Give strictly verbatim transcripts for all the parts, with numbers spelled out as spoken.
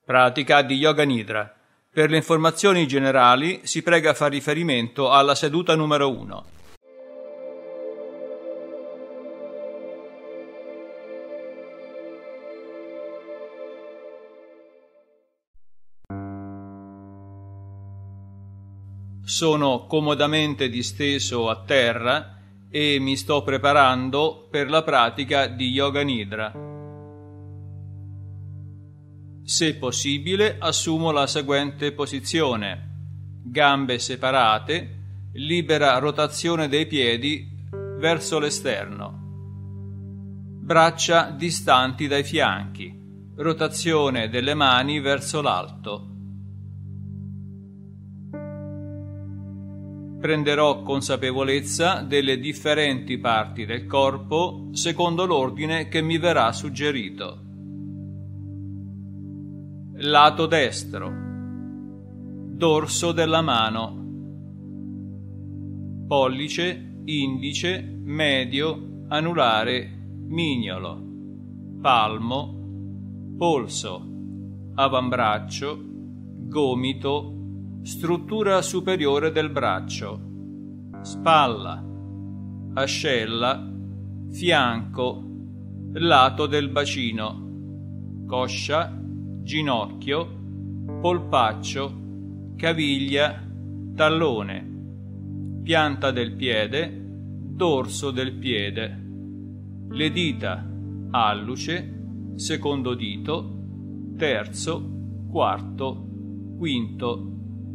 Pratica di Yoga Nidra. Per le informazioni generali si prega far riferimento alla seduta numero uno. Sono comodamente disteso a terra e mi sto preparando per la pratica di Yoga Nidra. Se possibile, assumo la seguente posizione: gambe separate, libera rotazione dei piedi verso l'esterno, braccia distanti dai fianchi, rotazione delle mani verso l'alto. Prenderò consapevolezza delle differenti parti del corpo secondo l'ordine che mi verrà suggerito. Lato destro, dorso della mano, pollice, indice, medio, anulare, mignolo, palmo, polso, avambraccio, gomito, struttura superiore del braccio, spalla, ascella, fianco, lato del bacino, coscia, ginocchio, polpaccio, caviglia, tallone, pianta del piede, dorso del piede, le dita, alluce, secondo dito, terzo, quarto, quinto.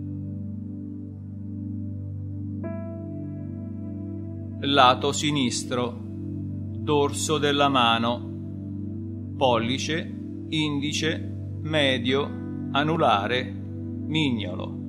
Lato sinistro, dorso della mano, pollice, indice, medio, anulare, mignolo,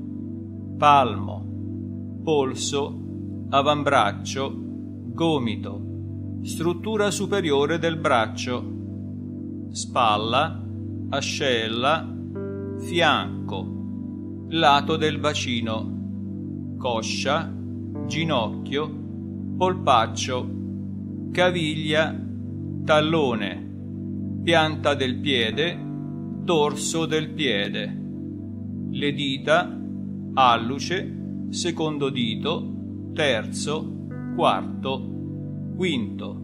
palmo, polso, avambraccio, gomito, struttura superiore del braccio, spalla, ascella, fianco, lato del bacino, coscia, ginocchio, polpaccio, caviglia, tallone, pianta del piede, dorso del piede, le dita, alluce, secondo dito, terzo, quarto, quinto.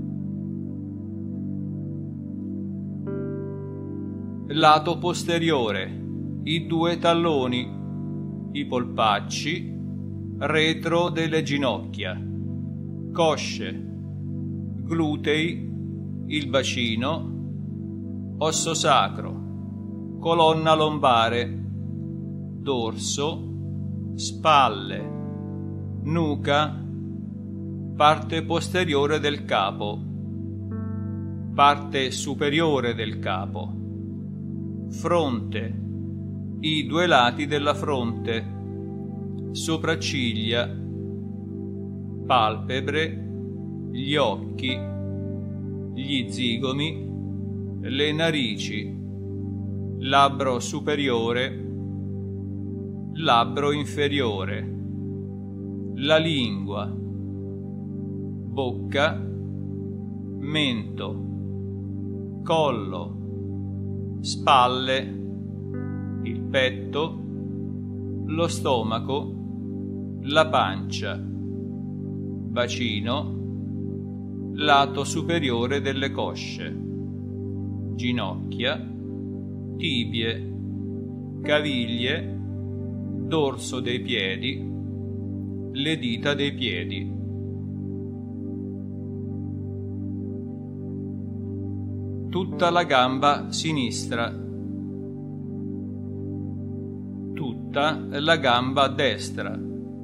Lato posteriore, i due talloni, i polpacci, retro delle ginocchia, cosce, glutei, il bacino, osso sacro, colonna lombare, dorso, spalle, nuca, parte posteriore del capo, parte superiore del capo, fronte, i due lati della fronte, sopracciglia, palpebre, gli occhi, gli zigomi, le narici, labbro superiore, labbro inferiore, la lingua, bocca, mento, collo, spalle, il petto, lo stomaco, la pancia, bacino, lato superiore delle cosce, ginocchia, tibie, caviglie, dorso dei piedi, le dita dei piedi. Tutta la gamba sinistra, tutta la gamba destra,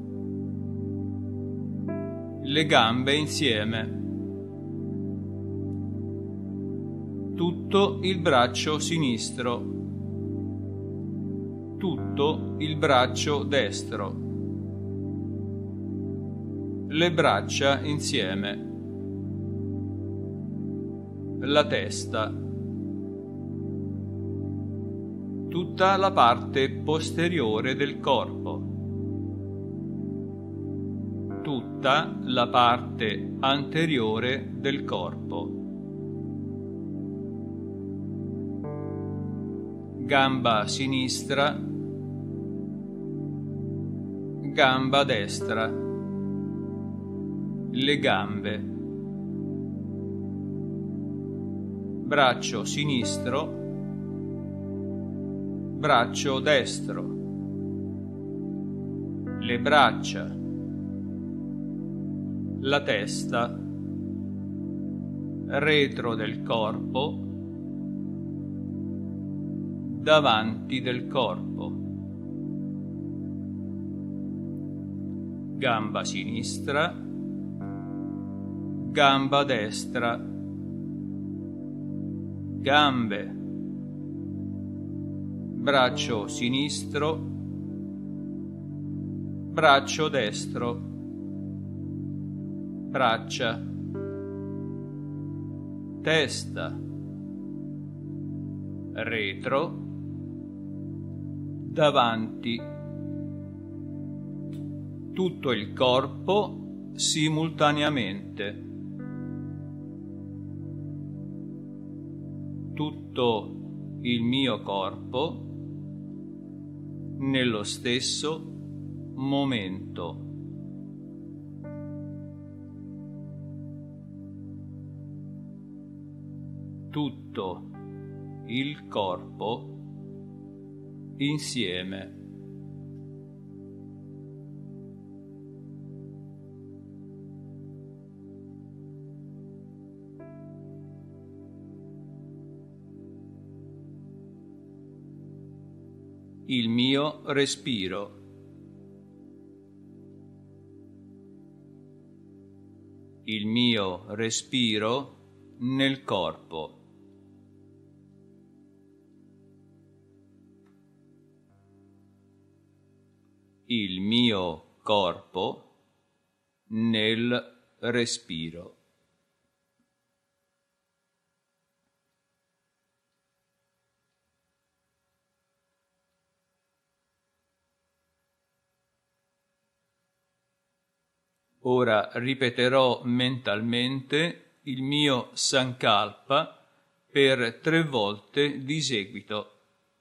le gambe insieme, tutto il braccio sinistro, tutto il braccio destro, le braccia insieme, la testa, tutta la parte posteriore del corpo, tutta la parte anteriore del corpo, gamba sinistra, gamba destra, le gambe, braccio sinistro, braccio destro, le braccia, la testa, retro del corpo, davanti del corpo, gamba sinistra, gamba destra, gambe, braccio sinistro, braccio destro, braccia, testa, retro, davanti, tutto il corpo simultaneamente, tutto il mio corpo nello stesso momento. Tutto il corpo insieme. Il mio respiro. Il mio respiro nel corpo. Il mio corpo nel respiro. Ora ripeterò mentalmente il mio Sankalpa per tre volte di seguito.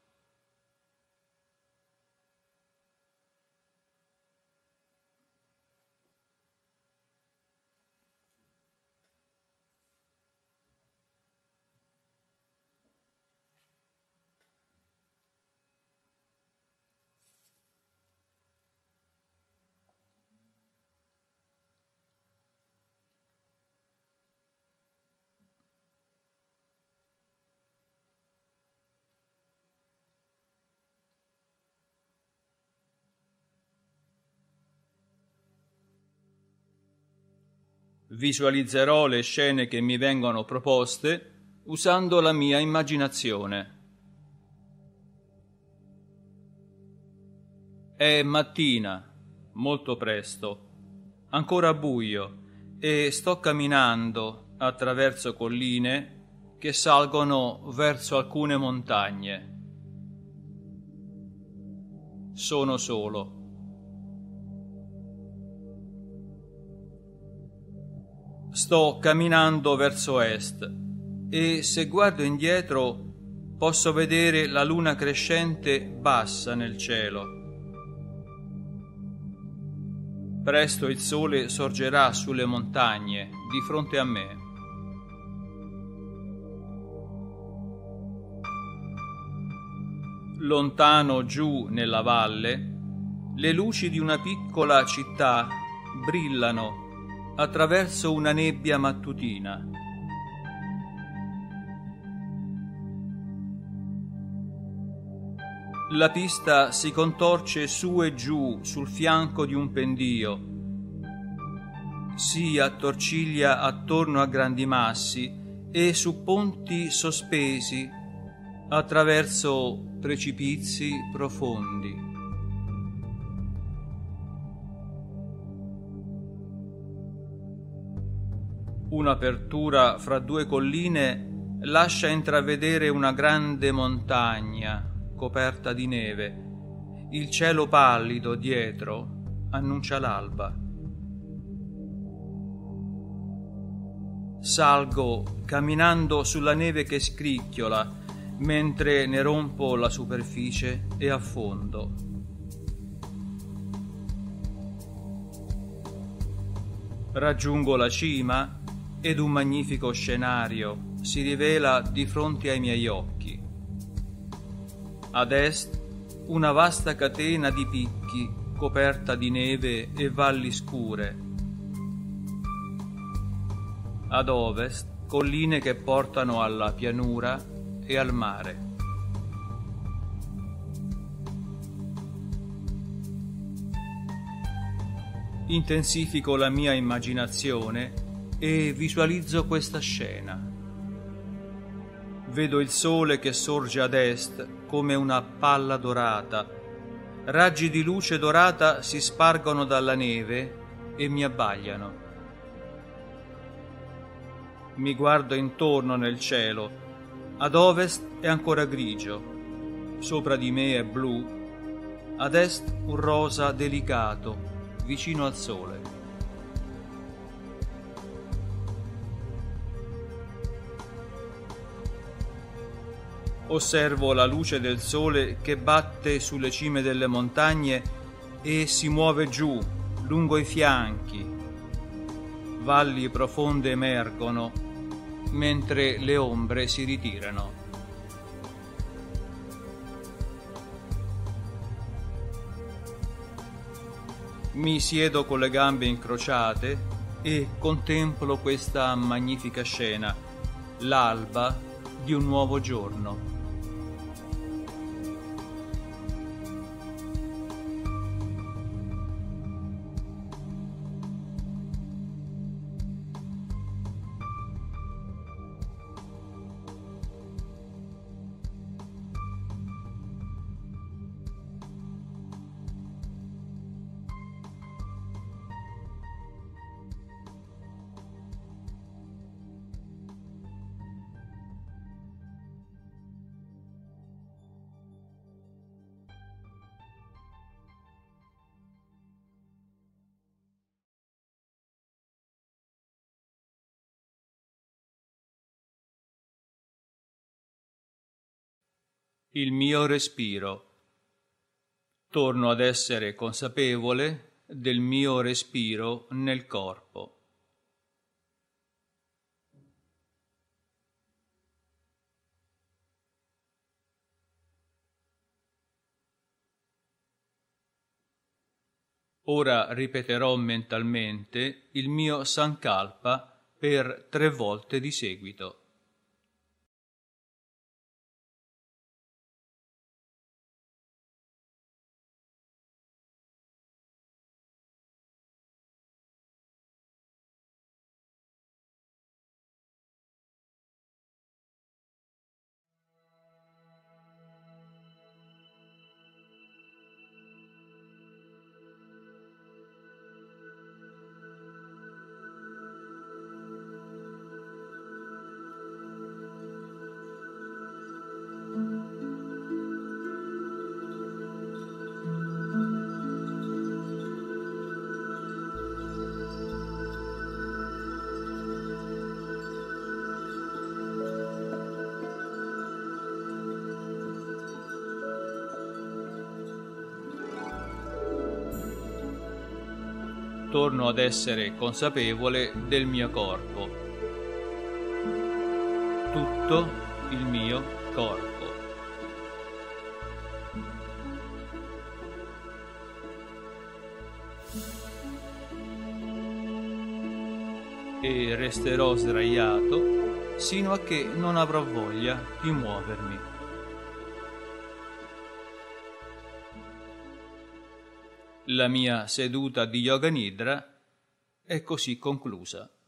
Visualizzerò le scene che mi vengono proposte usando la mia immaginazione. È mattina, molto presto, ancora buio, e sto camminando attraverso colline che salgono verso alcune montagne. Sono solo. Sto camminando verso est e se guardo indietro posso vedere la luna crescente bassa nel cielo. Presto il sole sorgerà sulle montagne di fronte a me. Lontano giù nella valle, le luci di una piccola città brillano attraverso una nebbia mattutina. La pista si contorce su e giù sul fianco di un pendio, si attorciglia attorno a grandi massi e su ponti sospesi attraverso precipizi profondi. Un'apertura fra due colline lascia intravedere una grande montagna coperta di neve. Il cielo pallido dietro annuncia l'alba. Salgo camminando sulla neve che scricchiola mentre ne rompo la superficie e affondo. Raggiungo la cima ed un magnifico scenario si rivela di fronte ai miei occhi. Ad est una vasta catena di picchi coperta di neve e valli scure. Ad ovest colline che portano alla pianura e al mare. Intensifico la mia immaginazione e visualizzo questa scena. Vedo il sole che sorge ad est come una palla dorata. Raggi di luce dorata si spargono dalla neve e mi abbagliano. Mi guardo intorno nel cielo. Ad ovest è ancora grigio, sopra di me è blu, ad est un rosa delicato, vicino al sole. Osservo la luce del sole che batte sulle cime delle montagne e si muove giù, lungo i fianchi. Valli profonde emergono, mentre le ombre si ritirano. Mi siedo con le gambe incrociate e contemplo questa magnifica scena, l'alba di un nuovo giorno. Il mio respiro. Torno ad essere consapevole del mio respiro nel corpo. Ora ripeterò mentalmente il mio Sankalpa per tre volte di seguito. Torno ad essere consapevole del mio corpo, tutto il mio corpo. E resterò sdraiato sino a che non avrò voglia di muovermi. La mia seduta di Yoga Nidra è così conclusa.